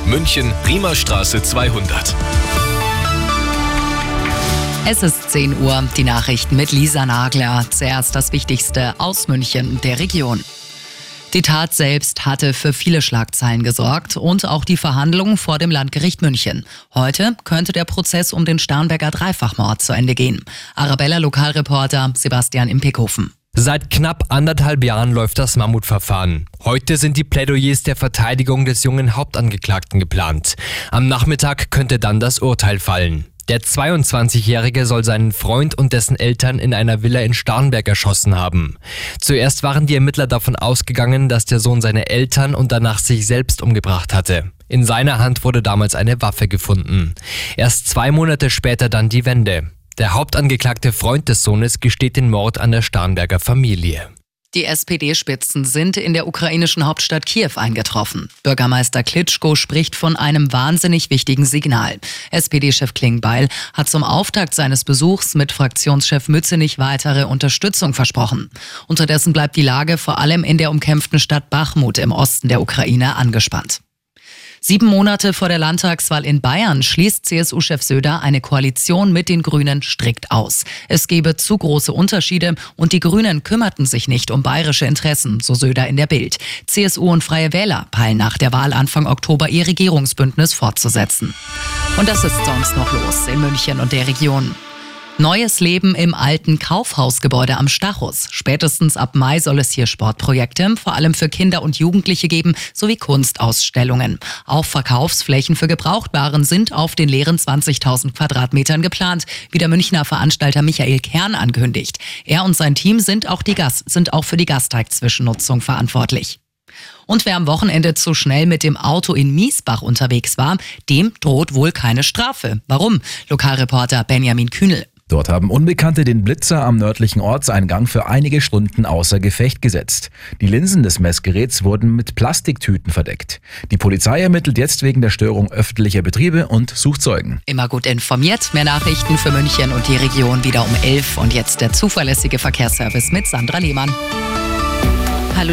München, Riemerstraße 200. Es ist 10 Uhr, die Nachrichten mit Lisa Nagler. Zuerst das Wichtigste aus München und der Region. Die Tat selbst hatte für viele Schlagzeilen gesorgt und auch die Verhandlungen vor dem Landgericht München. Heute könnte der Prozess um den Starnberger Dreifachmord zu Ende gehen. Arabella-Lokalreporter Sebastian Impekhofen. Seit knapp 1,5 Jahren läuft das Mammutverfahren. Heute sind die Plädoyers der Verteidigung des jungen Hauptangeklagten geplant. Am Nachmittag könnte dann das Urteil fallen. Der 22-Jährige soll seinen Freund und dessen Eltern in einer Villa in Starnberg erschossen haben. Zuerst waren die Ermittler davon ausgegangen, dass der Sohn seine Eltern und danach sich selbst umgebracht hatte. In seiner Hand wurde damals eine Waffe gefunden. Erst 2 Monate später dann die Wende. Der hauptangeklagte Freund des Sohnes gesteht den Mord an der Starnberger Familie. Die SPD-Spitzen sind in der ukrainischen Hauptstadt Kiew eingetroffen. Bürgermeister Klitschko spricht von einem wahnsinnig wichtigen Signal. SPD-Chef Klingbeil hat zum Auftakt seines Besuchs mit Fraktionschef Mützenich weitere Unterstützung versprochen. Unterdessen bleibt die Lage vor allem in der umkämpften Stadt Bachmut im Osten der Ukraine angespannt. 7 Monate vor der Landtagswahl in Bayern schließt CSU-Chef Söder eine Koalition mit den Grünen strikt aus. Es gebe zu große Unterschiede und die Grünen kümmerten sich nicht um bayerische Interessen, so Söder in der Bild. CSU und Freie Wähler peilen nach der Wahl Anfang Oktober ihr Regierungsbündnis fortzusetzen. Und das ist sonst noch los in München und der Region. Neues Leben im alten Kaufhausgebäude am Stachus. Spätestens ab Mai soll es hier Sportprojekte, vor allem für Kinder und Jugendliche geben, sowie Kunstausstellungen. Auch Verkaufsflächen für Gebrauchtwaren sind auf den leeren 20.000 Quadratmetern geplant, wie der Münchner Veranstalter Michael Kern ankündigt. Er und sein Team sind auch für die Gasteig-Zwischennutzung verantwortlich. Und wer am Wochenende zu schnell mit dem Auto in Miesbach unterwegs war, dem droht wohl keine Strafe. Warum? Lokalreporter Benjamin Kühnel. Dort haben Unbekannte den Blitzer am nördlichen Ortseingang für einige Stunden außer Gefecht gesetzt. Die Linsen des Messgeräts wurden mit Plastiktüten verdeckt. Die Polizei ermittelt jetzt wegen der Störung öffentlicher Betriebe und sucht Zeugen. Immer gut informiert. Mehr Nachrichten für München und die Region wieder um 11. Und jetzt der zuverlässige Verkehrsservice mit Sandra Lehmann.